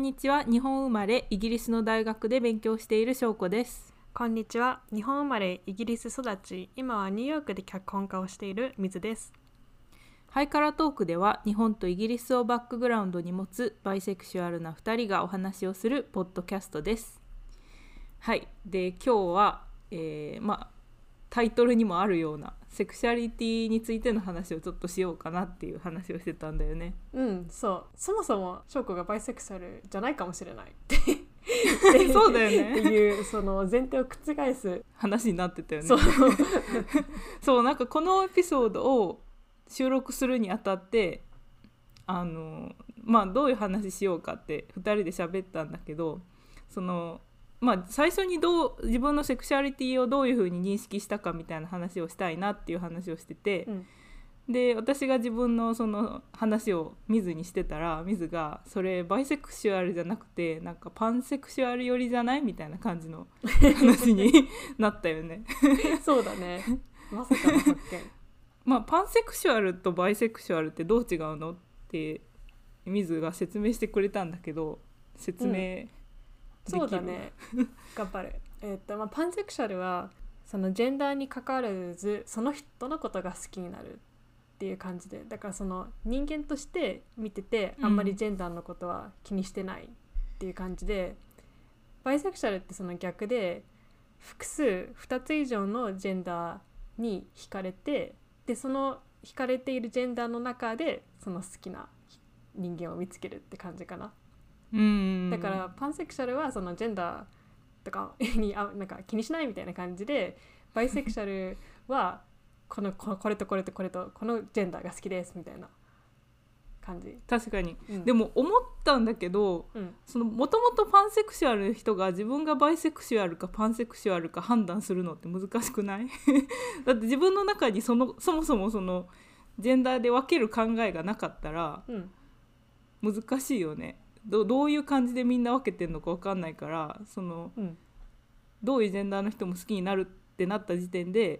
にちは。日本生まれイギリスの大学で勉強している翔子です。 こんにちは。日本生まれイギリス育ち、今はニューヨークで脚本家をしている水です。 ハイカラトークでは日本とイギリスをバックグラウンドに持つバイセクシュアルな2人がお話をするポッドキャストです。はい。で今日は、タイトルにもあるようなセクシャリティについての話をちょっとしようかなっていう話をしてたんだよね。 そう。そもそも翔子がバイセクシャルじゃないかもしれないそうだよねっていうその前提を覆す話になってたよね。 そうなんかこのエピソードを収録するにあたってどういう話しようかって2人で喋ったんだけど、最初に自分のセクシャリティをどういうふうに認識したかみたいな話をしたいなっていう話をしてて、で私が自分のその話を水にしてたら、水がそれバイセクシュアルじゃなくてなんかパンセクシュアル寄りじゃないみたいな感じの話になったよね。 そうだね。まさかの発見。 パンセクシュアルとバイセクシュアルってどう違うのって水が説明してくれたんだけど、説明できる？ そうだね。頑張る。パンセクシャルはそのジェンダーに関わらずその人のことが好きになるっていう感じで、だからその人間として見ててあんまりジェンダーのことは気にしてないっていう感じで、バイセクシャルってその逆で複数2つ以上のジェンダーに惹かれて、でその惹かれているジェンダーの中でその好きな人間を見つけるって感じかな。だからパンセクシャルはそのジェンダーとかになんか気にしないみたいな感じで、バイセクシャルはこれとこれとこれとこのジェンダーが好きですみたいな感じ。 確かに、でも思ったんだけど、もともとパンセクシュアルの人が自分がバイセクシュアルかパンセクシュアルか判断するのって難しくない？だって自分の中にそもそもそのジェンダーで分ける考えがなかったら難しいよね。どういう感じでみんな分けてるのか分かんないから、どういうジェンダーの人も好きになるってなった時点で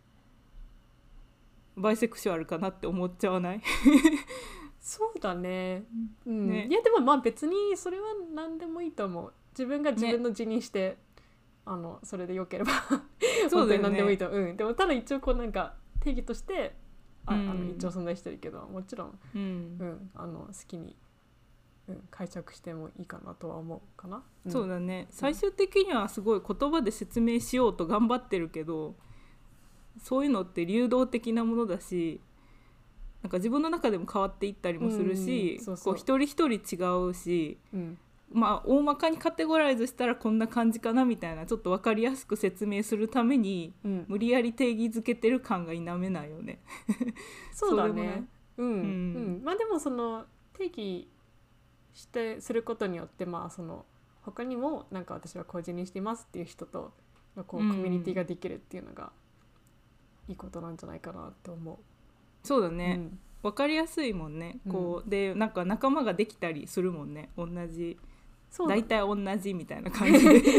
バイセクシュアルかなって思っちゃわない？ そうだね、 ね。 いやでも別にそれは何でもいいと思う。自分が自分の字にして、それでよければそうだよね、 本当に何でもいいと。でもただ一応こうなんか定義として一応存在してるけど、もちろん、好きに解釈してもいいかなとは思うかな。 そうだね。最終的にはすごい言葉で説明しようと頑張ってるけど、そういうのって流動的なものだし、なんか自分の中でも変わっていったりもするし、こう一人一人違うし、大まかにカテゴライズしたらこんな感じかなみたいな、ちょっと分かりやすく説明するために、無理やり定義づけてる感が否めないよね。 そうだね。でもその定義することによって、その他にもなんか私はこう自認していますっていう人とこうコミュニティができるっていうのがいいことなんじゃないかなって思う。 そうだね、分かりやすいもんね。こうでなんか仲間ができたりするもんね。同じ、大体同じみたいな感じで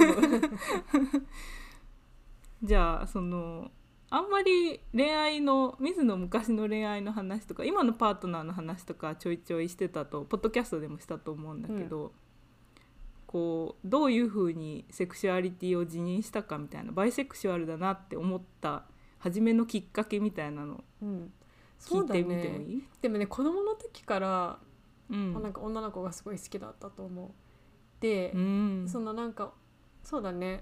じゃああんまり恋愛の水の昔の恋愛の話とか今のパートナーの話とかちょいちょいしてたとポッドキャストでもしたと思うんだけど、こうどういう風にセクシュアリティを自認したかみたいな、バイセクシュアルだなって思った初めのきっかけみたいなの聞いてみてもいい？ でもね、子供の時から、なんか女の子がすごい好きだったと思う。で、そのなんかそうだね、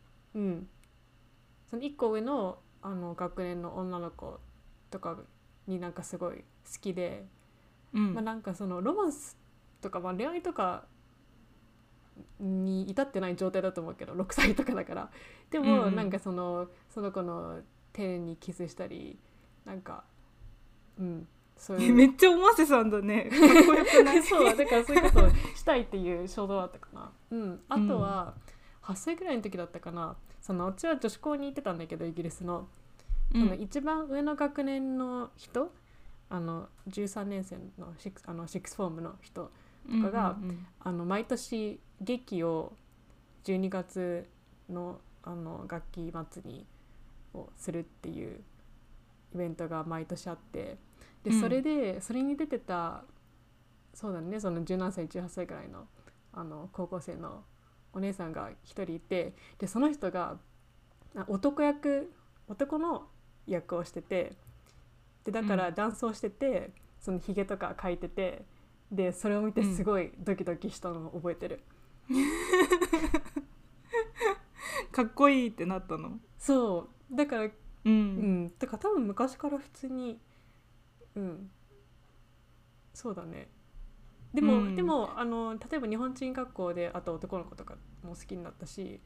その1個上の学年の女の子とかになんかすごい好きで、なんかそのロマンスとか、恋愛とかに至ってない状態だと思うけど、6歳とかだから。でもなんかその子の手にキスしたり、なんかそういうめっちゃおませさんだね。かっこよくない？ そうだからそういうことをしたいっていう衝動だったかな。あとは8歳ぐらいの時だったかな。うちは女子校に行ってたんだけど、イギリスの一番上の学年の人、13年生のシックスフォームの人とかが、毎年劇を12月の学期末にをするっていうイベントが毎年あって、でそれに出てた、そうだね、その17歳18歳ぐらいの高校生のお姉さんが一人いて、でその人が男の役をしてて、でだからダンスをしてて、そのヒゲとか描いてて、でそれを見てすごいドキドキしたのを覚えてる、 かっこいいってなったの？ そうだからだから多分昔から普通にそうだね。でも例えば日本人学校であと男の子とかも好きになったし、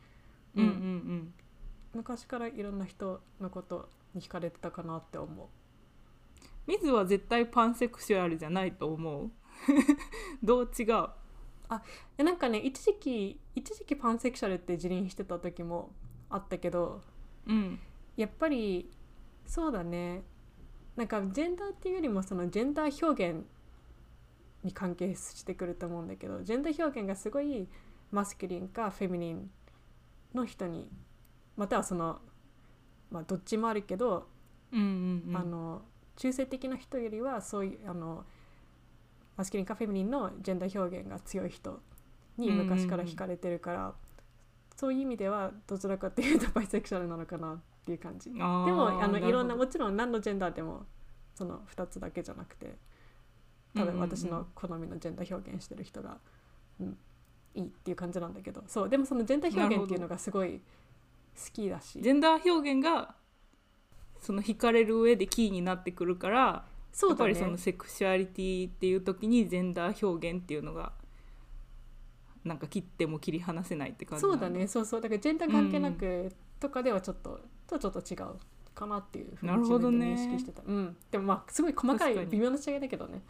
昔からいろんな人のことに惹かれてたかなって思う。 ミズは絶対パンセクシュアルじゃないと思うどう違う？ なんかね、一時期パンセクシャルって自認してた時もあったけど、やっぱりそうだね、なんかジェンダーっていうよりもそのジェンダー表現に関係してくると思うんだけど、ジェンダー表現がすごいマスキュリンかフェミニンの人に、またはそのどっちもあるけど、中性的な人よりはそういうマスキュリンかフェミニンのジェンダー表現が強い人に昔から惹かれてるから、そういう意味ではどちらかっていうとバイセクシャルなのかなっていう感じ。でもいろんな、もちろん何のジェンダーでもその2つだけじゃなくて、ただ私の好みのジェンダー表現してる人が、いいっていう感じなんだけど、そうでもそのジェンダー表現っていうのがすごい好きだし、 ジェンダー表現がその惹かれる上でキーになってくるから、 そうだね、 やっぱりそのセクシュアリティっていう時にジェンダー表現っていうのがなんか切っても切り離せないって感じなんだ。 そうだね、そうだからジェンダー関係なくとかではちょっと違うかなっていうふうに自分で認識してた、でもすごい細かい微妙な違いだけどね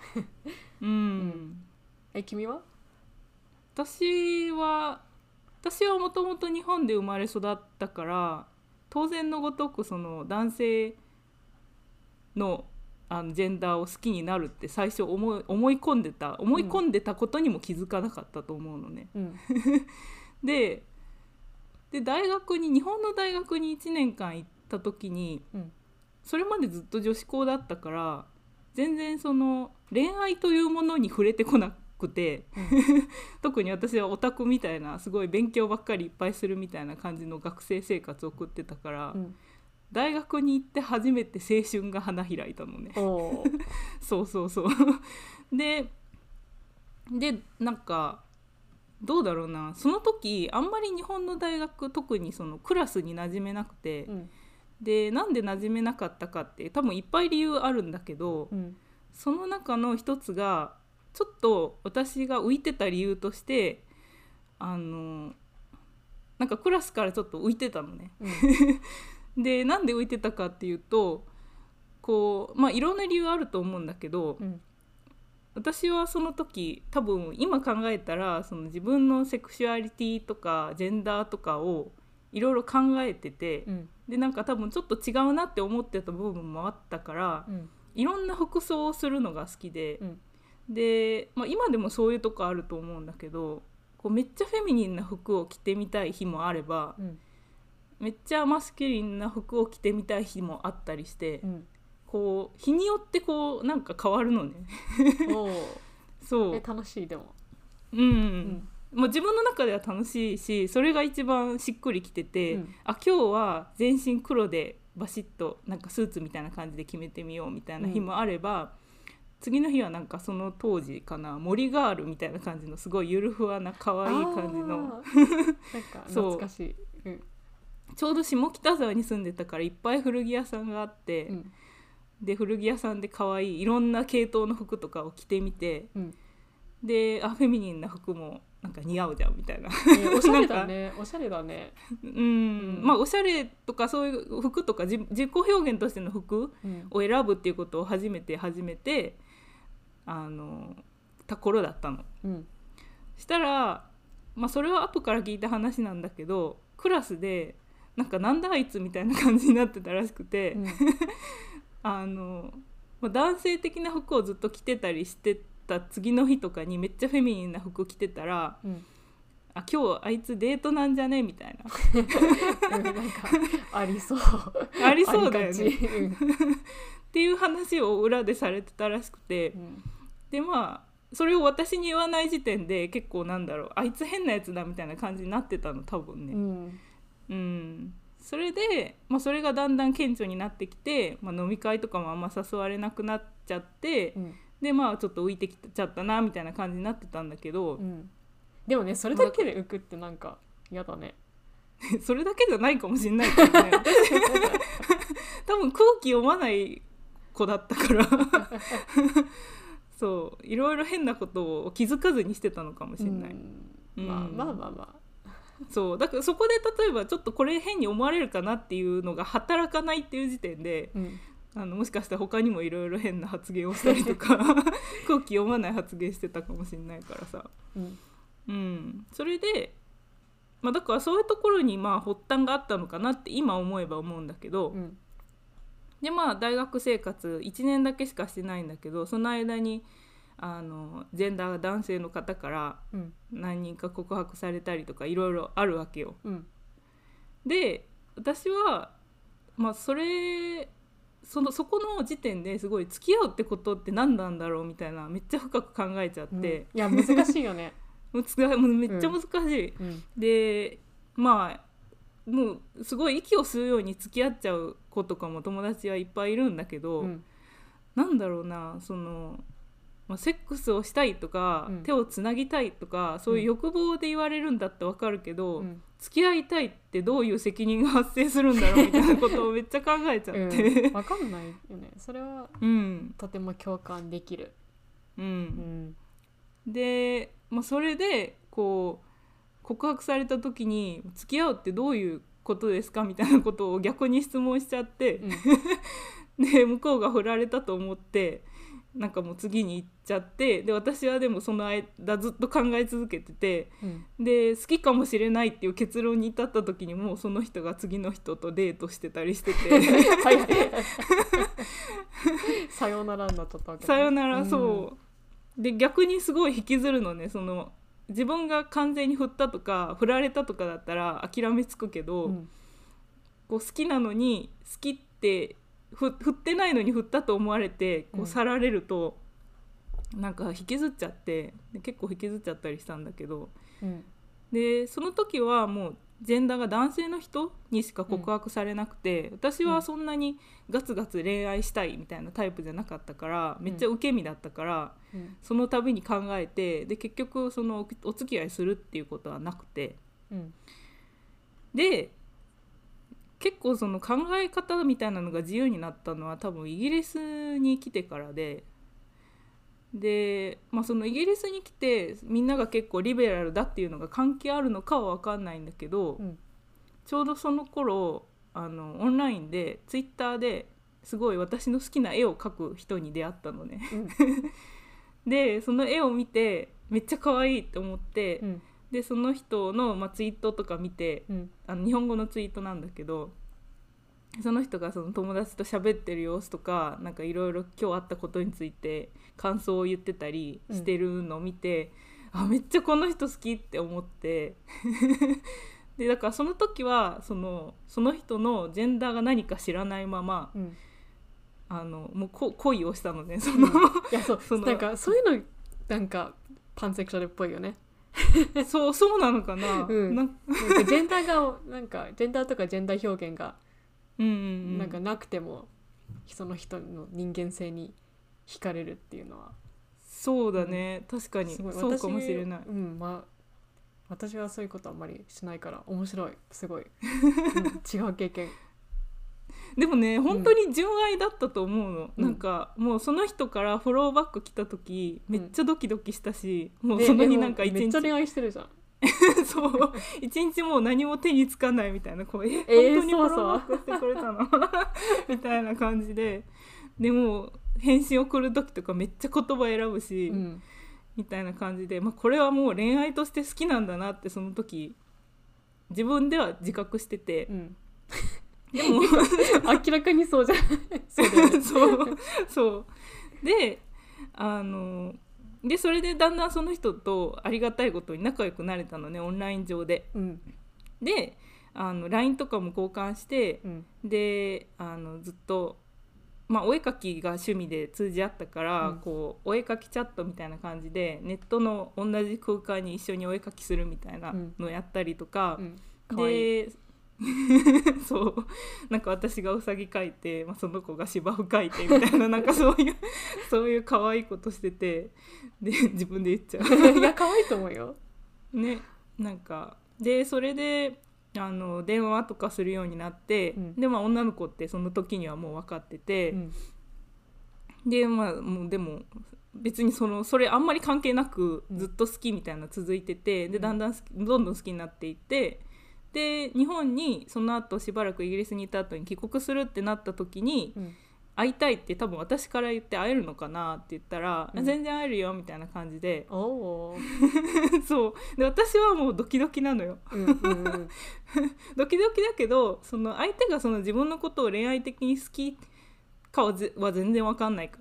君は？ 私はもともと日本で生まれ育ったから、当然のごとくその男性のジェンダーを好きになるって最初思い込んでたことにも気づかなかったと思うのね、で日本の大学に1年間行った時に、それまでずっと女子校だったから全然その恋愛というものに触れてこなくて、特に私はオタクみたいなすごい勉強ばっかりいっぱいするみたいな感じの学生生活を送ってたから、大学に行って初めて青春が花開いたのねそうでなんかどうだろうな、その時あんまり日本の大学特にそのクラスに馴染めなくて、でなんで馴染めなかったかって多分いっぱい理由あるんだけど、その中の一つがちょっと私が浮いてた理由としてなんかクラスからちょっと浮いてたのね、でなんで浮いてたかっていうとこういろんな理由あると思うんだけど、私はその時多分今考えたらその自分のセクシュアリティとかジェンダーとかをいろいろ考えてて、でなんか多分ちょっと違うなって思ってた部分もあったから、いろんな服装をするのが好きで、で、今でもそういうとこあると思うんだけど、こうめっちゃフェミニンな服を着てみたい日もあれば、めっちゃマスキュリンな服を着てみたい日もあったりして、こう日によってこうなんか変わるのねそう楽しい。でももう自分の中では楽しいし、それが一番しっくりきてて、今日は全身黒でバシッとなんかスーツみたいな感じで決めてみようみたいな日もあれば、次の日はなんかその当時かな、森ガールみたいな感じのすごいゆるふわな可愛い感じのなんか懐かしい、 ちょうど下北沢に住んでたからいっぱい古着屋さんがあって、で古着屋さんで可愛いいろんな系統の服とかを着てみて、でフェミニンな服もなんか似合うじゃんみたいな、 おしゃれだねおしゃれだね。 おしゃれとかそういう服とか自己表現としての服を選ぶっていうことを初めてた頃だったの、したら、それは後から聞いた話なんだけど、クラスでなんだあいつみたいな感じになってたらしくて、男性的な服をずっと着てたりしてた次の日とかにめっちゃフェミニンな服着てたら、今日あいつデートなんじゃねみたいななんかありそうありそうだよねっていう話を裏でされてたらしくて、でそれを私に言わない時点で結構なんだろう、あいつ変なやつだみたいな感じになってたの多分ね。それで、それがだんだん顕著になってきて、飲み会とかもあんま誘われなくなっちゃって、でちょっと浮いてきちゃったなみたいな感じになってたんだけど、 でもねそれだけで浮くってなんか嫌だねそれだけじゃないかもしれないけどね多分空気読まない子だったからそういろいろ変なことを気づかずにしてたのかもしれない。 まあそうだからそこで例えばちょっとこれ変に思われるかなっていうのが働かないっていう時点で、もしかしたら他にもいろいろ変な発言をしたりとか空気読まない発言してたかもしれないからさ、それで、だからそういうところに発端があったのかなって今思えば思うんだけど、で大学生活1年だけしかしてないんだけど、その間にジェンダーが男性の方から何人か告白されたりとかいろいろあるわけよ。で私はそこの時点ですごい付き合うってことって何なんだろうみたいなめっちゃ深く考えちゃって、 いや難しいよねめっちゃ難しい、でもうすごい息を吸うように付き合っちゃう子とかも友達はいっぱいいるんだけど、なんだろうな、セックスをしたいとか、手をつなぎたいとかそういう欲望で言われるんだってわかるけど、付き合いたいってどういう責任が発生するんだろうみたいなことをめっちゃ考えちゃってわかんないよねそれは、とても共感できる。 で、それでこう告白された時に付き合うってどういうことですかみたいなことを逆に質問しちゃって、で向こうが振られたと思ってなんかもう次に行っちゃって、で私はでもその間ずっと考え続けてて、で好きかもしれないっていう結論に至った時にもうその人が次の人とデートしてたりしててさよならになっちゃったわけ、ね、 さよなら、そうで逆にすごい引きずるのね。自分が完全に振ったとか振られたとかだったら諦めつくけど、こう好きなのに好きって振ってないのに振ったと思われてこう去られると、なんか引きずっちゃって結構引きずっちゃったりしたんだけど、でその時はもうジェンダーが男性の人にしか告白されなくて、私はそんなにガツガツ恋愛したいみたいなタイプじゃなかったから、めっちゃ受け身だったから、その度に考えて、で結局そのお付き合いするっていうことはなくて、で結構その考え方みたいなのが自由になったのは多分イギリスに来てからで、そのイギリスに来てみんなが結構リベラルだっていうのが関係あるのかは分かんないんだけど、ちょうどその頃オンラインでツイッターですごい私の好きな絵を描く人に出会ったのね、でその絵を見てめっちゃ可愛いって思って、でその人の、ツイートとか見て、日本語のツイートなんだけど、その人がその友達と喋ってる様子とかなんかいろいろ今日あったことについて感想を言ってたりしてるのを見て、めっちゃこの人好きって思ってでだからその時はその人のジェンダーが何か知らないまま、もう恋をしたのね。いやそうなんかそういうのなんかパンセクシャルっぽいよねそうなのかな、 なんかジェンダーがなんかジェンダーとかジェンダー表現がなんかなくてもその人の人間性に惹かれるっていうのはそうだね、確かにそうかもしれない。 私はそういうことあんまりしないから面白い、すごい、違う経験でもね本当に純愛だったと思うの、なんかもうその人からフォローバック来た時めっちゃドキドキしたし、もうその日なんか一日めっちゃ恋愛してるじゃんそう一日もう何も手につかないみたいな、本当にフォローバックしてくれたのみたいな感じで、でも返信送る時とかめっちゃ言葉選ぶし、みたいな感じで、これはもう恋愛として好きなんだなってその時自分では自覚してて、でも明らかにそうじゃないそうだよねそうでそれでだんだんその人とありがたいことに仲良くなれたのね、オンライン上で、でLINE とかも交換して、でずっとお絵描きが趣味で通じ合ったから、こうお絵描きチャットみたいな感じでネットの同じ空間に一緒にお絵描きするみたいなのをやったりとか、でそうなんか私がウサギ描いて、その子が芝生描いてみたいななんかそういう可愛いことしてて、で自分で言っちゃういや可愛いと思うよね。なんかでそれで電話とかするようになって、で女の子ってその時にはもう分かってて、でもうでも別にそれあんまり関係なくずっと好きみたいなの続いてて、でどんどん好きになっていって、で日本にその後しばらくイギリスにいた後に帰国するってなった時に、会いたいって多分私から言って会えるのかなって言ったら、全然会えるよみたいな感じでそうで私はもうドキドキなのよドキドキだけど相手が自分のことを恋愛的に好きかは全然分かんないから、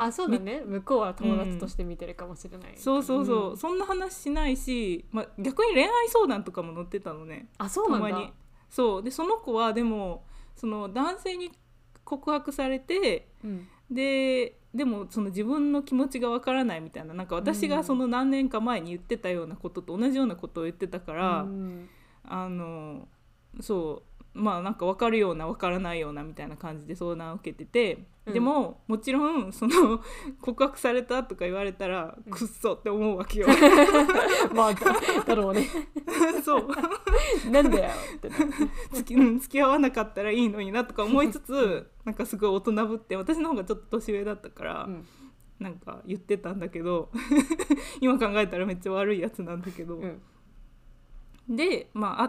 そうだね、向こうは友達として見てるかもしれない、 そう、そんな話しないし、逆に恋愛相談とかも載ってたのね。 そうなんだ。 たまにそうでその子はでも男性に告白されて、でも自分の気持ちがわからないみたいな、なんか私が何年か前に言ってたようなことと同じようなことを言ってたから、そうなんか分かるような分からないようなみたいな感じで相談を受けてて、でももちろん告白されたとか言われたら、くっそって思うわけよだろうねそうなんだよって付き合わなかったらいいのになとか思いつつなんかすごい大人ぶって、私の方がちょっと年上だったから、なんか言ってたんだけど今考えたらめっちゃ悪いやつなんだけど、で会って、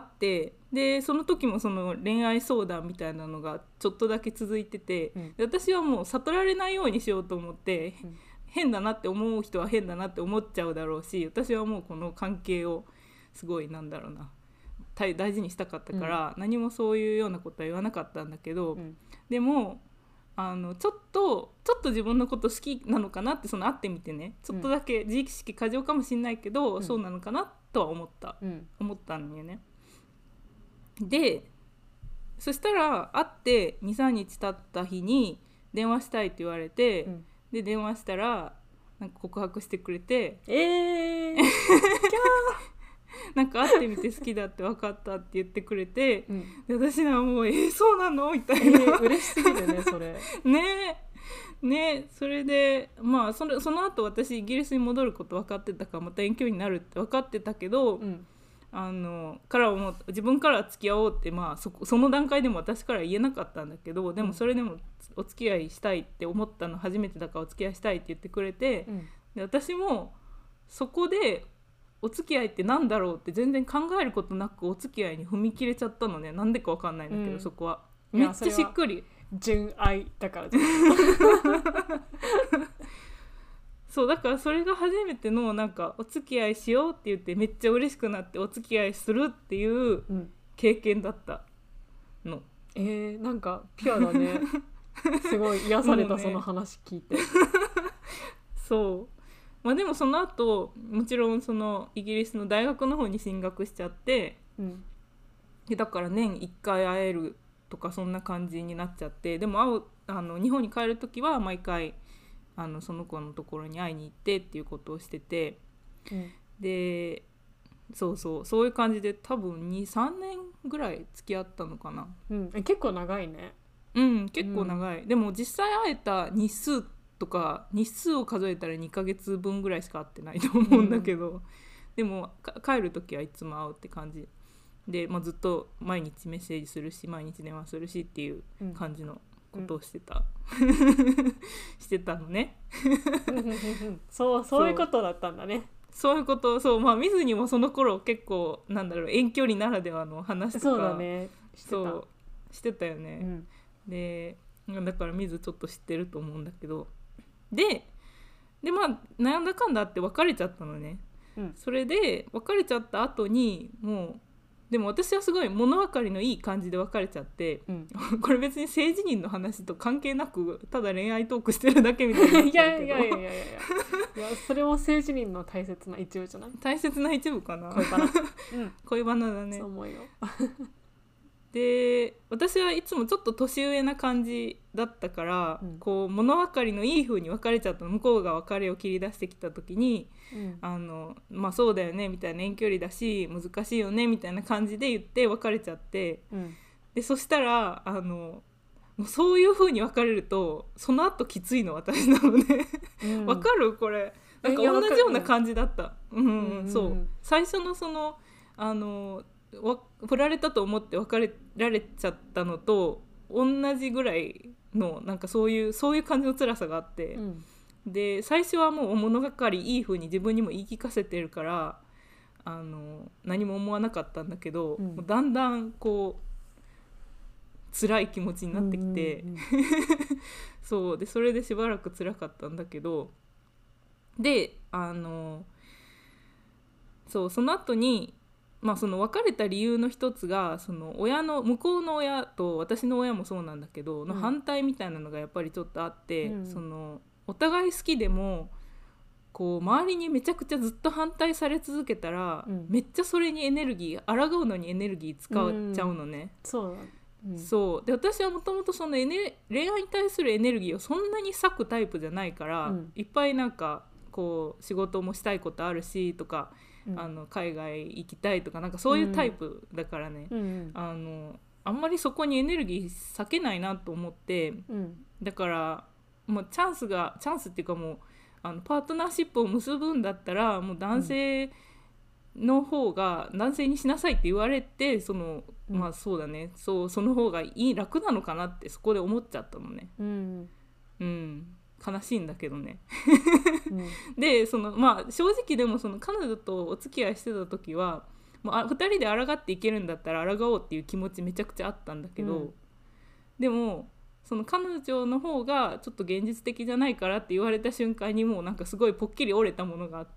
でその時も恋愛相談みたいなのがちょっとだけ続いてて、で私はもう悟られないようにしようと思って、変だなって思う人は変だなって思っちゃうだろうし、私はもうこの関係をすごい大事にしたかったから、何もそういうようなことは言わなかったんだけど、でもちょっと自分のこと好きなのかなって会ってみてね、ちょっとだけ自意識過剰かもしれないけど、そうなのかなとは思ったんよね。でそしたら会って 2,3 日経った日に電話したいって言われて、で電話したらなんか告白してくれてなんか会ってみて好きだって分かったって言ってくれて、で私はもうそうなのみたいな、 嬉しすぎるねそれね。それでその後私イギリスに戻ること分かってたから、また遠距離になるって分かってたけど、からはもう自分からは付き合おうって、その段階でも私からは言えなかったんだけど、でもそれでもお付き合いしたいって思ったの初めてだからお付き合いしたいって言ってくれて、で私もそこでお付き合いってなんだろうって全然考えることなくお付き合いに踏み切れちゃったのね。なんでか分かんないんだけど、そこはめっちゃしっくり純愛だからそうだからそれが初めてのなんかお付き合いしようって言ってめっちゃ嬉しくなってお付き合いするっていう経験だったの、 なんかピュアだねすごい癒された、その話聞いてそうでもその後もちろんイギリスの大学の方に進学しちゃって、でだから年1回会えるとかそんな感じになっちゃって、でも日本に帰る時は毎回その子のところに会いに行ってっていうことをしてて、でそういう感じで多分 2,3 年ぐらい付き合ったのかな、 結構長いね。 結構長い、でも実際会えた日数を数えたら2ヶ月分ぐらいしか会ってないと思うんだけど、でも帰る時はいつも会うって感じで、ずっと毎日メッセージするし毎日電話するしっていう感じのことをしてた、してたのねそういうことだったんだね。 そういうこと。見ずにもその頃結構遠距離ならではの話とかそうだねしてたよね、でだから見ずちょっと知ってると思うんだけど、でなんだかんだって別れちゃったのね、それで別れちゃった後にでも私はすごい物分かりのいい感じで別れちゃって、これ別に性自認の話と関係なくただ恋愛トークしてるだけみたいないやそれも性自認の大切な一部じゃない？ 大切な一部かな。恋バナだね。 そう思うよで私はいつもちょっと年上な感じだったから、こう物分かりのいい風に別れちゃったの。向こうが別れを切り出してきた時に、まあそうだよねみたいな、遠距離だし難しいよねみたいな感じで言って別れちゃって、でそしたらもうそういう風に別れるとその後きついの私なのねわかるこれなんか同じような感じだった。そう最初のその振られたと思って別れられちゃったのと同じぐらいのなんかそういう感じの辛さがあって、で最初はもう物がかりいい風に自分にも言い聞かせてるから何も思わなかったんだけど、もうだんだんこう辛い気持ちになってきて、そうでそれでしばらく辛かったんだけど、でそうその後にその別れた理由の一つがその親の向こうの親と私の親もそうなんだけどの反対みたいなのがやっぱりちょっとあって、そのお互い好きでもこう周りにめちゃくちゃずっと反対され続けたら、めっちゃそれにエネルギー抗うのにエネルギー使っちゃうのね。そうで私はもともとその恋愛に対するエネルギーをそんなに割くタイプじゃないから、いっぱいなんかこう仕事もしたいことあるしとか、海外行きたいとかなんかそういうタイプだからね、あんまりそこにエネルギー割けないなと思って、だからもうチャンスっていうかもうパートナーシップを結ぶんだったらもう男性の方が、男性にしなさいって言われてそうだねその方が楽なのかなってそこで思っちゃったのね。悲しいんだけどねで正直でもその彼女とお付き合いしてた時はもう2人で抗っていけるんだったら抗おうっていう気持ちめちゃくちゃあったんだけど、でもその彼女の方がちょっと現実的じゃないからって言われた瞬間にもうなんかすごいポッキリ折れたものがあって、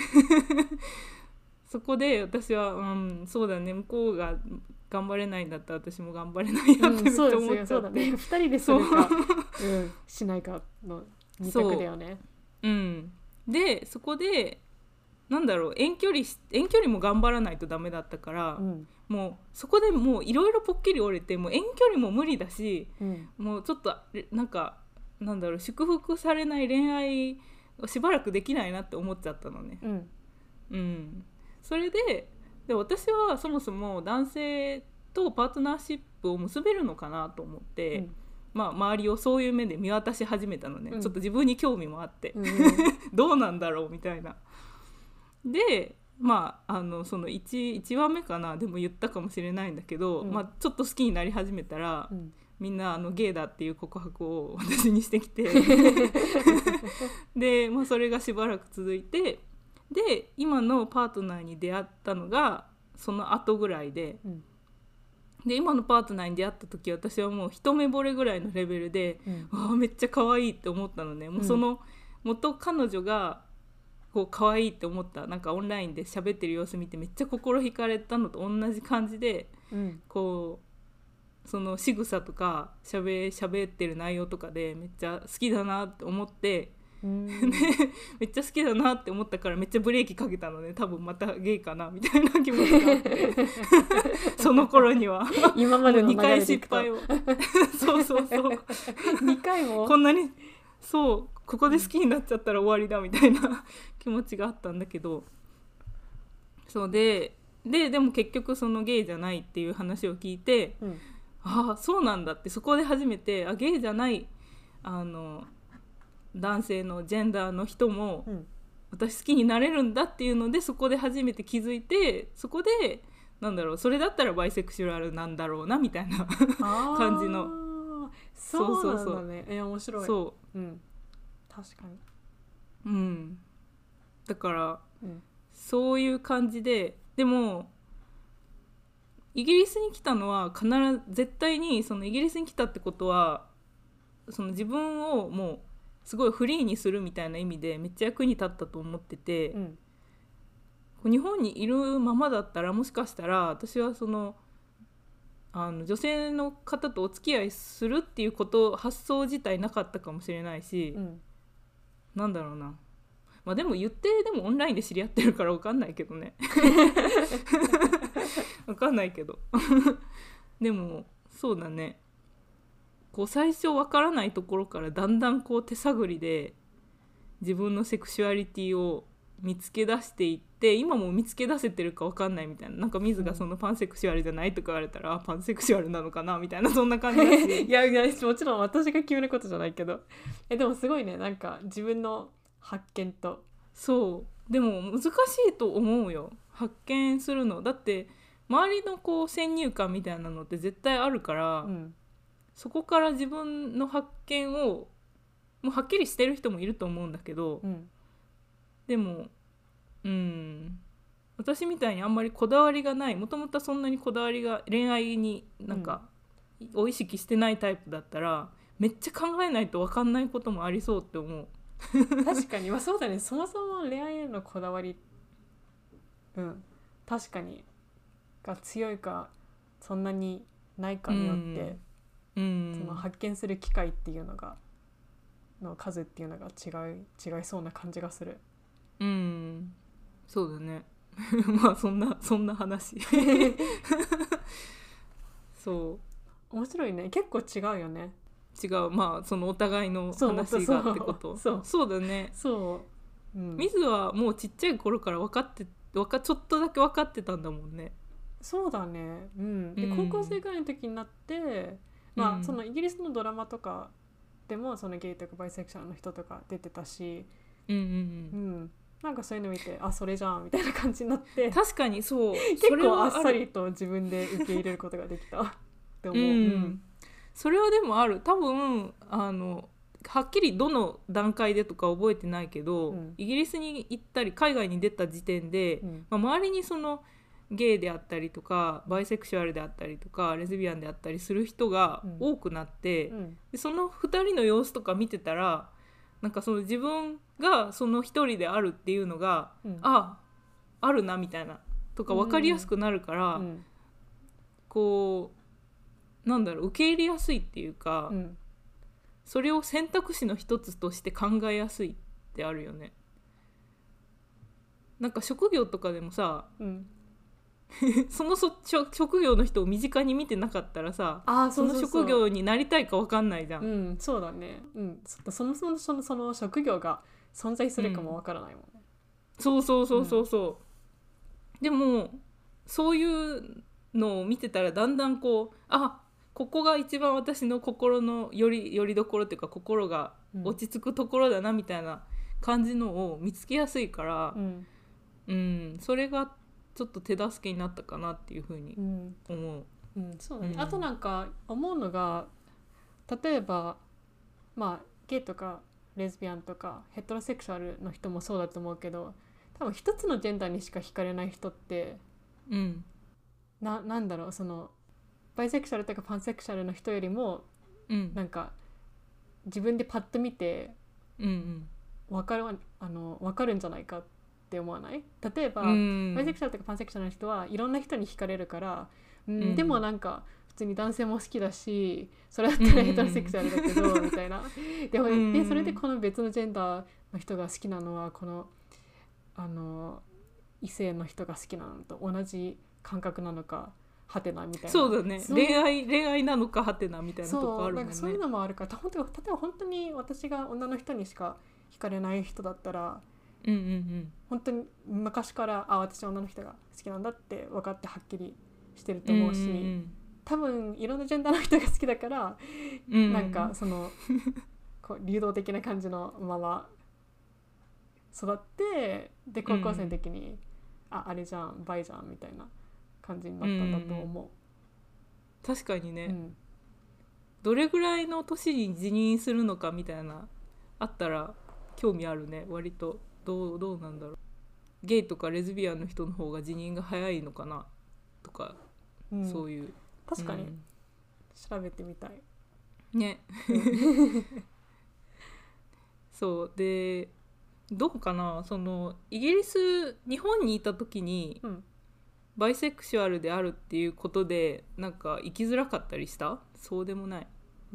そこで私は、そうだね向こうが頑張れないんだったら私も頑張れないなってめっちゃ思っちゃって、 そうだね2人でそれかしないかの2択だよね。 でそこでなんだろう遠距離も頑張らないとダメだったから、もうそこでもういろいろポッキリ折れてもう遠距離も無理だし、もうちょっとなんだろう祝福されない恋愛をしばらくできないなって思っちゃったのね。それで私はそもそも男性とパートナーシップを結べるのかなと思って、周りをそういう目で見渡し始めたのね、ちょっと自分に興味もあって、どうなんだろうみたいな。でその 1話目かなでも言ったかもしれないんだけど、ちょっと好きになり始めたら、みんなゲイだっていう告白を私にしてきてで、それがしばらく続いて、で今のパートナーに出会ったのがその後ぐらいで、で今のパートナーに出会った時私はもう一目惚れぐらいのレベルで、めっちゃ可愛いって思ったのね。もうその元彼女がこう可愛いって思ったなんかオンラインで喋ってる様子見てめっちゃ心惹かれたのと同じ感じで、こうその仕草とか喋ってる内容とかでめっちゃ好きだなって思って、めっちゃ好きだなって思ったからめっちゃブレーキかけたのね。多分またゲイかなみたいな気持ちがあってその頃には今までの 2回失敗をそう 2回もこんなにここで好きになっちゃったら終わりだみたいな気持ちがあったんだけど、そうでも結局そのゲイじゃないっていう話を聞いて、そうなんだってそこで初めてゲイじゃない男性のジェンダーの人も私好きになれるんだっていうので、そこで初めて気づいて、そこでなんだろうそれだったらバイセクシュアルなんだろうなみたいな感じの。 そうなんだね。面白い。確かに。だから、そういう感じで、でもイギリスに来たのは絶対にそのイギリスに来たってことはその自分をもうすごいフリーにするみたいな意味でめっちゃ役に立ったと思ってて、日本にいるままだったらもしかしたら私はその女性の方とお付き合いするっていう発想自体なかったかもしれないし、なんだろうな、でも言ってでもオンラインで知り合ってるから分かんないけどね分かんないけどでもそうだね、こう最初わからないところからだんだんこう手探りで自分のセクシュアリティを見つけ出していって、今も見つけ出せてるか分かんないみたいな、なんかミズがそのパンセクシュアルじゃないとか言われたら、パンセクシュアルなのかなみたいな、そんな感じだしいやいやもちろん私が決めることじゃないけどでもすごいね、なんか自分の発見と。 そうでも難しいと思うよ、発見するの。だって周りのこう先入観みたいなのって絶対あるから、 うん、 そこから自分の発見をもうはっきりしてる人もいると思うんだけど、 うん、 でも私みたいにあんまりこだわりがない、もともとそんなにこだわりが恋愛になんか、を意識してないタイプだったらめっちゃ考えないと分かんないこともありそうって思う。 確かに、まあ、そうだね、そもそも恋愛へのこだわり、確かにが強いかそんなにないかによって、その発見する機会っていうのがの数っていうのが違いそうな感じがする。 そうだねまあそんな話そう面白いね、結構違うよね。 違う、まあそのお互いの話がってこと。そうだね。 そう、 ミズはもうちっちゃい頃からちょっとだけ分かってたんだもんね。 そうだね、で高校生ぐらいの時になって、まあそのイギリスのドラマとかでもそのゲイとかバイセクシャルの人とか出てたし、なんかそういうの見て、あ、それじゃんみたいな感じになって、 確かにそう結構あっさりと自分で受け入れることができたって思う。 それはでもある。多分はっきりどの段階でとか覚えてないけど、イギリスに行ったり海外に出た時点で、周りにそのゲイであったりとかバイセクシュアルであったりとかレズビアンであったりする人が多くなって、でその2人の様子とか見てたら、なんかその自分がその一人であるっていうのが、あるなみたいなとか分かりやすくなるから、こうなんだろう、受け入れやすいっていうか、それを選択肢の一つとして考えやすいってあるよね。なんか職業とかでもさ、その職業の人を身近に見てなかったらさ、その職業になりたいか分かんないじゃん。 そうだね、そもそもその職業が存在するかも分からないもんね。 でもそういうのを見てたらだんだんこう、ここが一番私の心のよりどころっていうか、心が落ち着くところだなみたいな感じのを見つけやすいから、それがちょっと手助けになったかなっていうふうに思う。 そうだね。あとなんか思うのが、例えばまあゲイとかレズビアンとかヘテロセクシュアルの人もそうだと思うけど、多分一つのジェンダーにしか惹かれない人って、なんだろう、そのバイセクシャルとかパンセクシャルの人よりも、なんか自分でパッと見て分かるんじゃないかって思わない？例えば、バイセクシャルとかパンセクシャルの人はいろんな人に惹かれるから、でもなんか普通に男性も好きだし、それだったらヘテロセクシャルだけど、みたいな。でそれでこの別のジェンダーの人が好きなのはこの異性の人が好きなのと同じ感覚なのかはてなみたいな。 そうだね、恋愛なのかはてなみたいなとこあるもんね。 そういうのもあるから、例えば本当に私が女の人にしか惹かれない人だったら、本当に昔から私は女の人が好きなんだって分かってはっきりしてると思うし、多分いろんなジェンダーの人が好きだから、なんかそのこう流動的な感じのまま育って、で高校生の時に、あれじゃんバイじゃんみたいな感じになったんだと思う。 確かにね、どれぐらいの年に辞任するのかみたいなあったら興味あるね。割とどうなんだろう、ゲイとかレズビアンの人の方が辞任が早いのかなとか、そういう確かに、調べてみたいねそうで、どうかな、そのイギリス日本にいた時に、バイセクシュアルであるっていうことでなんか生きづらかったりした？そうでもない？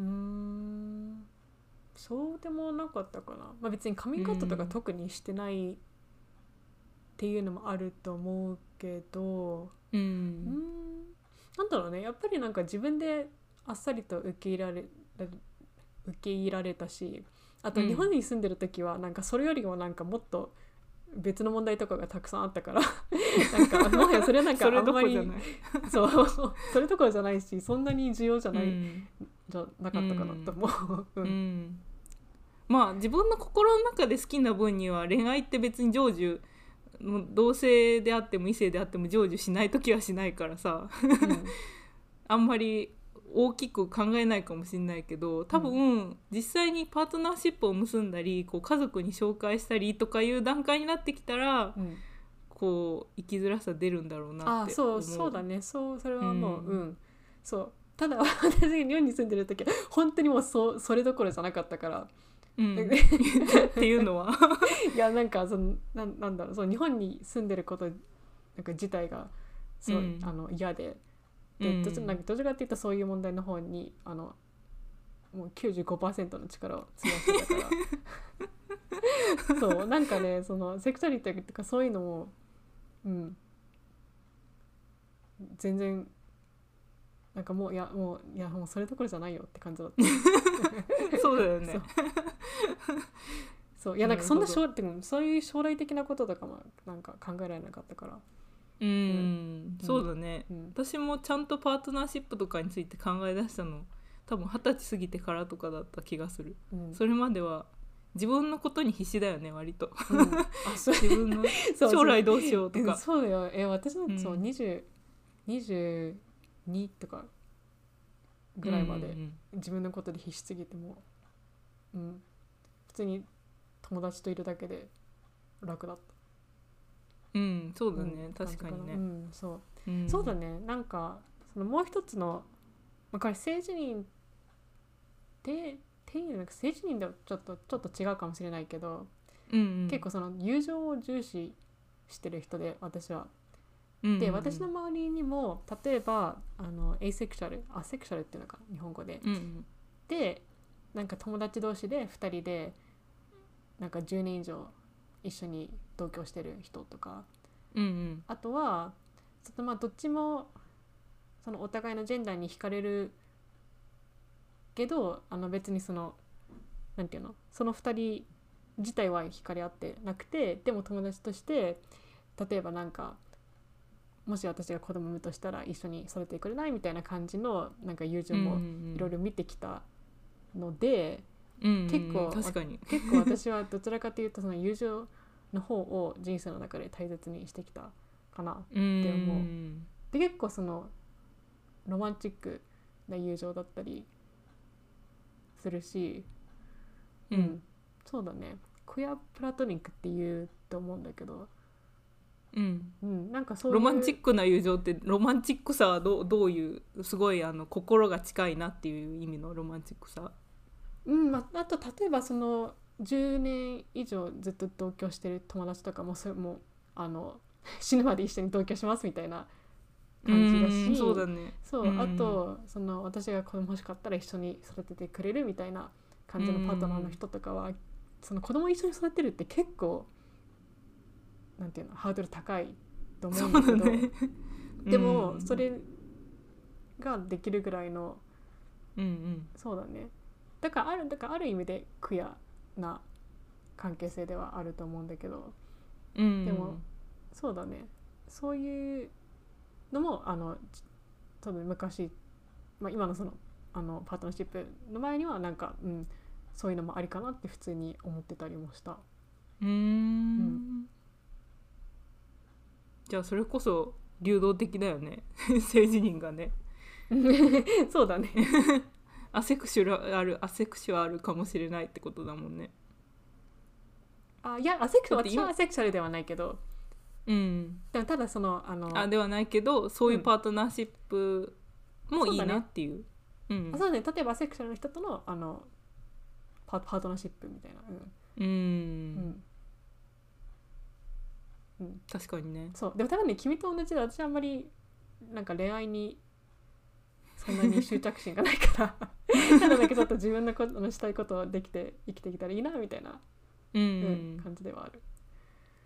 そうでもなかったかな。別にカミングアウトとか特にしてないっていうのもあると思うけど、 なんだろうね、やっぱりなんか自分であっさりと受け入れられたし、あと日本に住んでる時はなんかそれよりもなんかもっと別の問題とかがたくさんあったからなんかもはやそれはなんかあんまりそうそれどころじゃないし、そんなに重要じゃない、じゃなかったかなと思う。 まあ自分の心の中で好きな分には恋愛って別に成就、同性であっても異性であっても成就しない時はしないからさあんまり大きく考えないかもしれないけど、多分、実際にパートナーシップを結んだりこう家族に紹介したりとかいう段階になってきたら、こう生きづらさ出るんだろうなって思う。 そうだね、それはもうそうただ私が日本に住んでる時は本当にもうそれどころじゃなかったからっていうのはいやなんかなんだろう、その日本に住んでることなんか自体がそう、嫌で、どちらかっていうとそういう問題の方にもう 95% の力を費やしてたからそうなんかね、そのセクシャリティとかそういうのも全然なんかもうそれどころじゃないよって感じだったそうだよねそういやなんかそういう将来的なこととかもなんか考えられなかったからそうだね、私もちゃんとパートナーシップとかについて考え出したの多分20歳過ぎてからとかだった気がする、それまでは自分のことに必死だよね割と、自分の将来どうしようとかそうだよ。私のそう22とかぐらいまで自分のことで必死すぎても普通に友達といるだけで楽だった。 そうだね、確かにね、 そうだね。なんかそのもう一つのこれ性自認性自認ではちょっと違うかもしれないけど、結構その友情を重視してる人で私は、で私の周りにも例えばアセクシャルっていうのか日本語で、でなんか友達同士で2人でなんか10年以上一緒に同居してる人とか、あとはちょっとどっちもそのお互いのジェンダーに惹かれるけど別にそのなんていうの、その2人自体は惹かれ合ってなくて、でも友達として例えばなんかもし私が子供産むとしたら一緒に育ててくれないみたいな感じのなんか友情もいろいろ見てきたので、結構私はどちらかというとその友情の方を人生の中で大切にしてきたかなって思う。で結構そのロマンチックな友情だったりするし、そうだね、クアプラトニックって言うと思うんだけど、なんかそういうロマンチックな友情って、ロマンチックさはどういうすごい心が近いなっていう意味のロマンチックさ、 あと例えばその10年以上ずっと同居してる友達とかもそれも死ぬまで一緒に同居しますみたいな感じだし、 そうだね、 あとその私が子供欲しかったら一緒に育ててくれるみたいな感じのパートナーの人とかは、その子供一緒に育てるって結構なんていうのハードル高いと思うんだけど、でもそれができるぐらいの、そうだね、だからある意味でクアな関係性ではあると思うんだけど、でもそうだね、そういうのも多分昔、今のそのパートナーシップの前にはなんか、そういうのもありかなって普通に思ってたりもした。 じゃあそれこそ流動的だよね性自認がねそうだねアセクシュアルかもしれないってことだもんね。 いや私はアセクシャルではないけど、でもただそのではないけどそういうパートナーシップもいいなっていう、 そうね、例えばアセクシャルの人とのパートナーシップみたいな、 確かにね。 そうでも多分ね、君と同じで私はあんまりなんか恋愛にそんなに執着心がないからただなんかちょっと自分のことのしたいことをできて生きてきたらいいなみたいな、感じではある。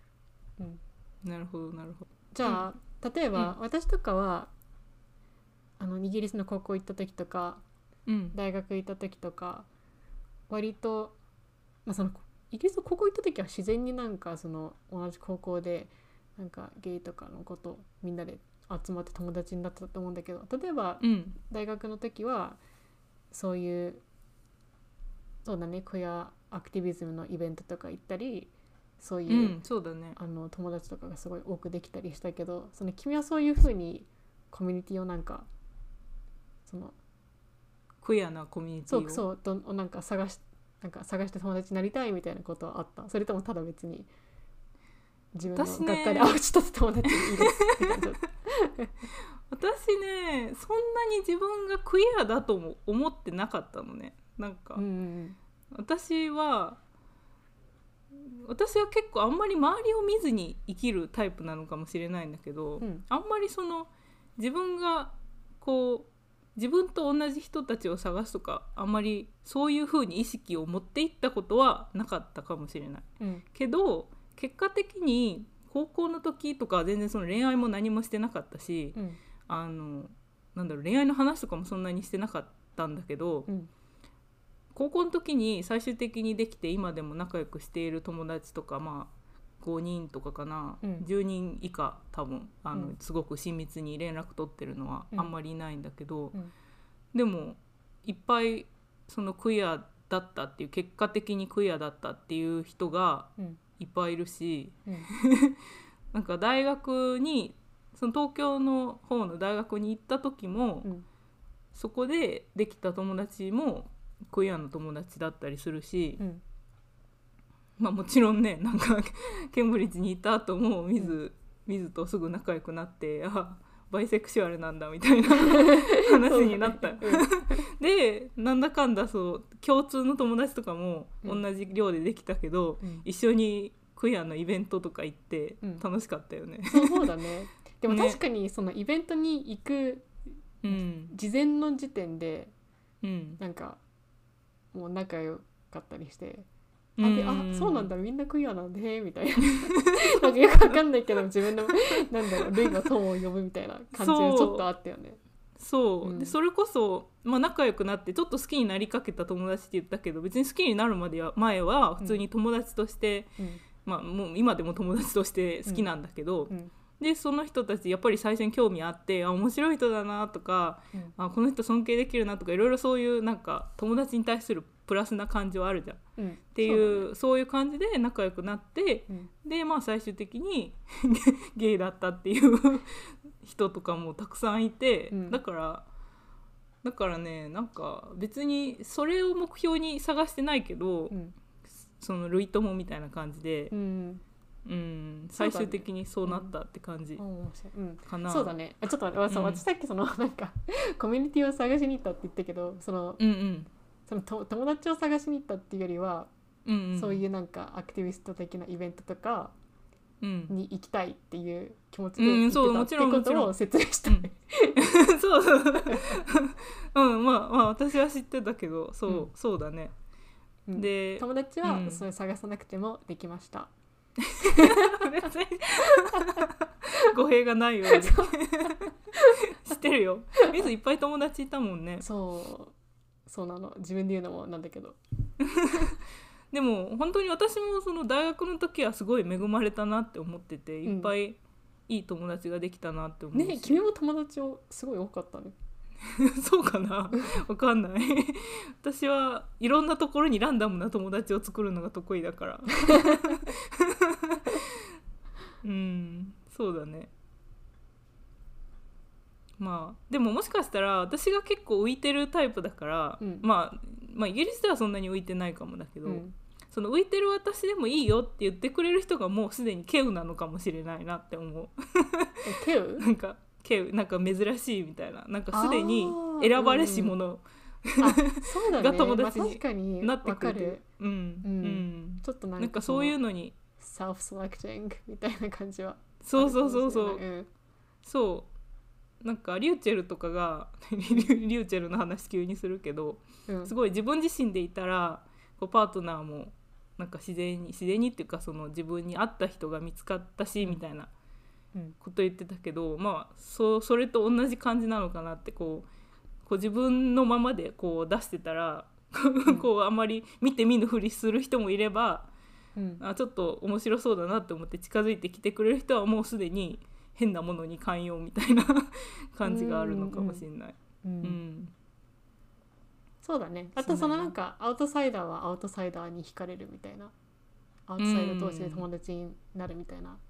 なるほどなるほど。 じゃあ、例えば、私とかはイギリスの高校行った時とか、大学行った時とか割と、そのイギリスの高校行った時は自然になんかその同じ高校でなんかゲイとかのことみんなで集まって友達になったと思うんだけど、例えば、大学の時はそういうそうだねクエアアクティビズムのイベントとか行ったりそういう、 そうだね、 友達とかがすごい多くできたりしたけど、その君はそういう風にコミュニティをなんかそのクエアなコミュニティをそうなんか探して友達になりたいみたいなことはあった？それともただ別に自分の学科で会う人と友達にいるって感じだった？ 私ねそんなに自分がクイアだとも思ってなかったのね。なんか、私は結構あんまり周りを見ずに生きるタイプなのかもしれないんだけど、あんまりその自分がこう自分と同じ人たちを探すとかあんまりそういう風に意識を持っていったことはなかったかもしれない、けど結果的に高校の時とかは全然その恋愛も何もしてなかったし、なんだろう恋愛の話とかもそんなにしてなかったんだけど、高校の時に最終的にできて今でも仲良くしている友達とか5人とかかな、10人以下多分すごく親密に連絡取ってるのはあんまりいないんだけど、でもいっぱいそのクイアだったっていう結果的にクイアだったっていう人がいっぱいいるし、なんか大学にその東京の方の大学に行った時も、そこでできた友達もクイアの友達だったりするし、もちろんねなんかケンブリッジにいた後も水とすぐ仲良くなってバイセクシュアルなんだみたいな話になった、でなんだかんだそう共通の友達とかも同じ寮でできたけど、一緒にクイアのイベントとか行って楽しかったよね、 そうだね。でも確かにそのイベントに行く事前の時点で、なんかもう仲良かったりして、そうなんだみんなクイアなんでみたいななんかよくわかんないけど自分のなんだろう類の友を呼ぶみたいな感じがちょっとあったよね。 でそれこそ、仲良くなってちょっと好きになりかけた友達って言ったけど、別に好きになる前は普通に友達として、もう今でも友達として好きなんだけど、でその人たちやっぱり最初に興味あって面白い人だなとか、この人尊敬できるなとかいろいろそういうなんか友達に対するプラスな感情あるじゃん、っていうそういう感じで仲良くなって、で最終的にゲイだったっていう人とかもたくさんいて、だからねなんか別にそれを目標に探してないけど、その類友みたいな感じで、最終的にそうなったって感じかな。 そうだね。ちょっと私さっきそのなんかコミュニティを探しに行ったって言ったけど、その友達を探しに行ったっていうよりは、そういうなんかアクティビスト的なイベントとかに行きたいっていう気持ちで行ってたってことを説明したい。 私は知ってたけどそうだね。で友達はそれ探さなくてもできました。 別に語弊がないように知ってるよ。水いっぱい友達いたもんね。 そうなの。自分で言うのもなんだけどでも本当に私もその大学の時はすごい恵まれたなって思ってて、いっぱいいい友達ができたなって思うし、 ね、君も友達すごい多かったね。 そうかなわかんない私はいろんなところにランダムな友達を作るのが得意だからそうだね。でももしかしたら私が結構浮いてるタイプだから、イギリスではそんなに浮いてないかもだけど、その浮いてる私でもいいよって言ってくれる人がもうすでにケウなのかもしれないなって思うケウなんか珍しいみたいな、なんかすでに選ばれし者が友達になってくれて、 ちょっとなんかそういうのにセルフセレクティングみたいな感じはそうなんかリューチェルとかがリューチェルの話急にするけど、すごい自分自身でいたらこうパートナーもなんか自然にっていうかその自分に合った人が見つかったし、みたいなこと言ってたけど、まあそれと同じ感じなのかなってこう自分のままでこう出してたらこうあんまり見て見ぬふりする人もいれば、ちょっと面白そうだなって思って近づいてきてくれる人はもうすでに変なものに寛容みたいな感じがあるのかもしれない。 そうだね。あとそのなんかアウトサイダーはアウトサイダーに惹かれるみたいな、アウトサイダー同士で友達になるみたいな。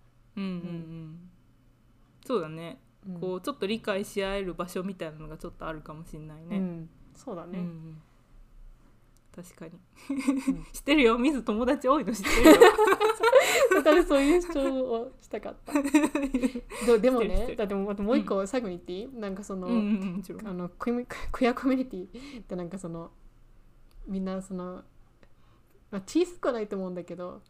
そうだね、こうちょっと理解し合える場所みたいなのがちょっとあるかもしれないね。 そうだね、 確かに知ってるよ、ミズ友達多いの知ってるよ私そういう主張をしたかったでもね、だってもう一個最後に言っていい、なんかその、クヤコミュニティってなんかそのみんなその、小さくはないと思うんだけど、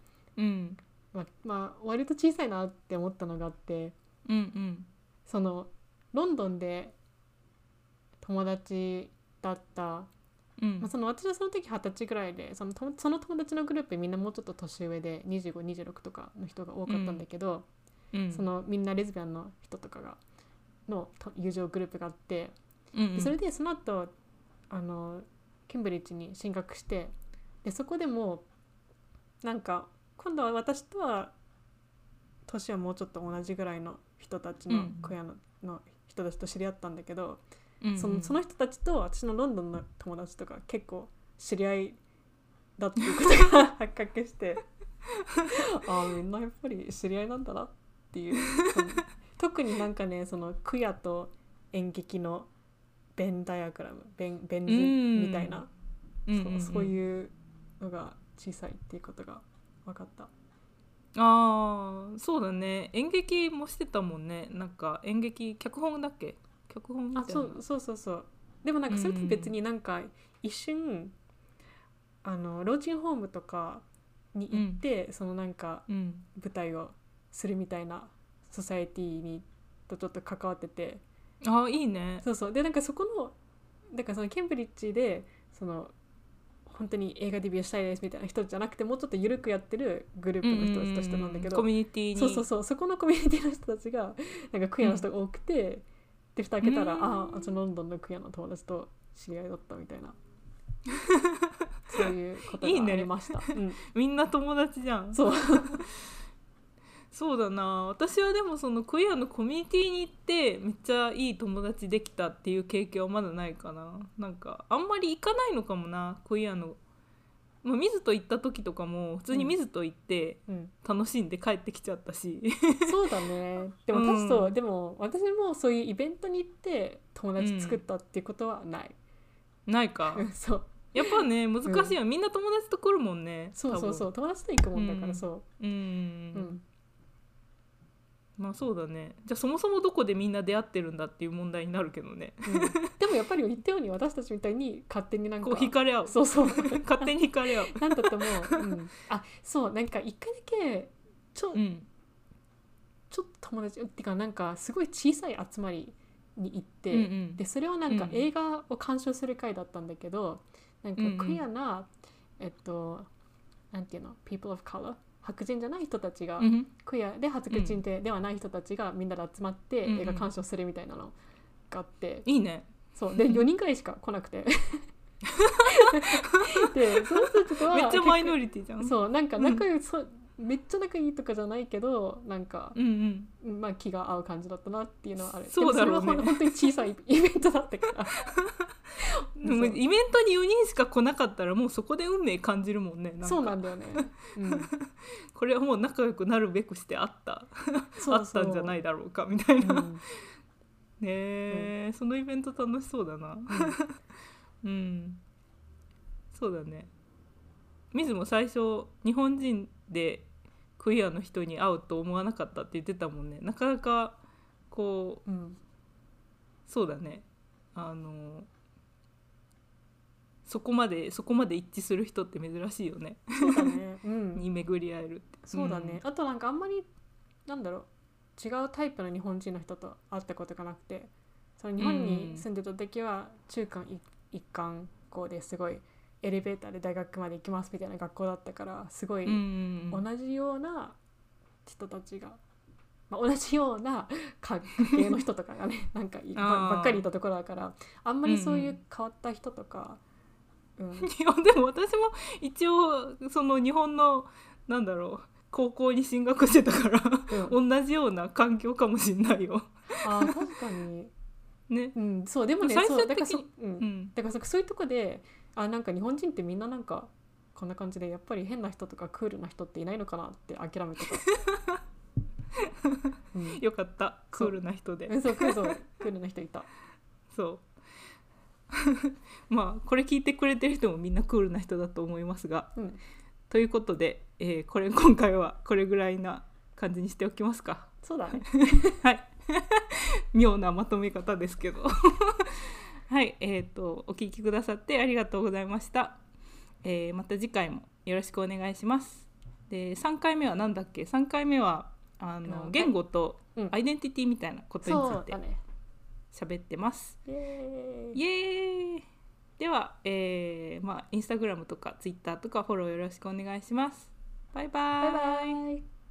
割と小さいなって思ったのがあって、そのロンドンで友達だった、その私はその時20歳ぐらいで、その友達のグループみんなもうちょっと年上で25、26とかの人が多かったんだけど、そのみんなレズビアンの人とかの友情グループがあって、でそれでその後ケンブリッジに進学して、でそこでもなんか今度は私とは年はもうちょっと同じぐらいの人たちの、クヤの人たちと知り合ったんだけど、その人たちと私のロンドンの友達とか結構知り合いだっていうことが発覚してみんなやっぱり知り合いなんだなっていう特になんかね、そのクヤと演劇のベンダイアグラム、ベン図みたいな、そういうのが小さいっていうことが分かった。 そうだね、演劇もしてたもんね。なんか演劇脚本だっけ、脚本みたいな。 そうでもなんかそれと別になんか一瞬老人ホームとかに行って、そのなんか舞台をするみたいなソサエティにとちょっと関わってて、 いいね。 そうでなんかそこのだからそのケンブリッジでその本当に映画デビューしたいですみたいな人じゃなくて、もうちょっと緩くやってるグループの人たちとしてなんだけど、 コミュニティにそこのコミュニティの人たちがなんかクヤの人が多くて、で蓋開けたらロンドンのクヤの友達と知り合いだったみたいなそういうことがありました。いいね、 みんな友達じゃん。そうだな、私はでもそのクイアのコミュニティに行ってめっちゃいい友達できたっていう経験はまだないかな。なんかあんまり行かないのかもな、クイアの、ミズと行った時とかも普通にミズと行って楽しんで帰ってきちゃったし、 そうだね。でもでも私もそういうイベントに行って友達作ったっていうことはない、 ないかそうやっぱね難しいよ、みんな友達と来るもんね。 そう友達と行くもんだから、 そうだね。じゃあそもそもどこでみんな出会ってるんだっていう問題になるけどね、 でもやっぱり言ったように私たちみたいに勝手になんかこう惹かれ合う、 そう勝手に惹かれ合うなんだってもそうなんか一回だけちょっと友達っていうかなんかすごい小さい集まりに行って、でそれはなんか映画を鑑賞する会だったんだけど、なんかクイアななんていうの people of color、白人じゃない人たちが、クイアで白人ではない人たちがみんなで集まって映画鑑賞するみたいなのがあって、 いいね。 そうで4人くらいしか来なくてでその人たちとはめっちゃマイノリティじゃん。 そうなんか仲良い、めっちゃ仲いいとかじゃないけどなんか、気が合う感じだったなっていうのはある。 そうだろうね。 でもそれは本当に小さいイベントだったからでもイベントに4人しか来なかったらもうそこで運命感じるもんね。なんかそうなんだよね、 これはもう仲良くなるべくしてあったんじゃないだろうかみたいな、そのイベント楽しそうだな。そうだね。ミズも最初日本人でクイアの人に会うと思わなかったって言ってたもんね。なかなかこう、そうだね、そこまで一致する人って珍しいよね。 そうだね、 に巡り合えるって。 そうだね、あとなんかあんまりなんだろう違うタイプの日本人の人と会ったことがなくて、その日本に住んでた時は中間一貫校ですごいエレベーターで大学まで行きますみたいな学校だったから、すごい同じような人たちがまあ、同じような家系の人とかがねなんかばっかりいたところだからあんまりそういう変わった人とか、 いやでも私も一応その日本のなんだろう高校に進学してたから、同じような環境かもしんないよ。 確かにね、 そうでもね最終的にだからそういうとこでなんか日本人ってみんななんかこんな感じでやっぱり変な人とかクールな人っていないのかなって諦めてた。 よかったクールな人で。 そうクールな人いた。 そうまあこれ聞いてくれてる人もみんなクールな人だと思いますが、ということで、今回はこれぐらいな感じにしておきますか。 そうだねはい妙なまとめ方ですけどはいお聞きくださってありがとうございました。また次回もよろしくお願いします。で3回目は何だっけ。3回目は言語とアイデンティティみたいなことについて喋ってます。イエーイ。では、インスタグラムとかツイッターとかフォローよろしくお願いします。バイバイ。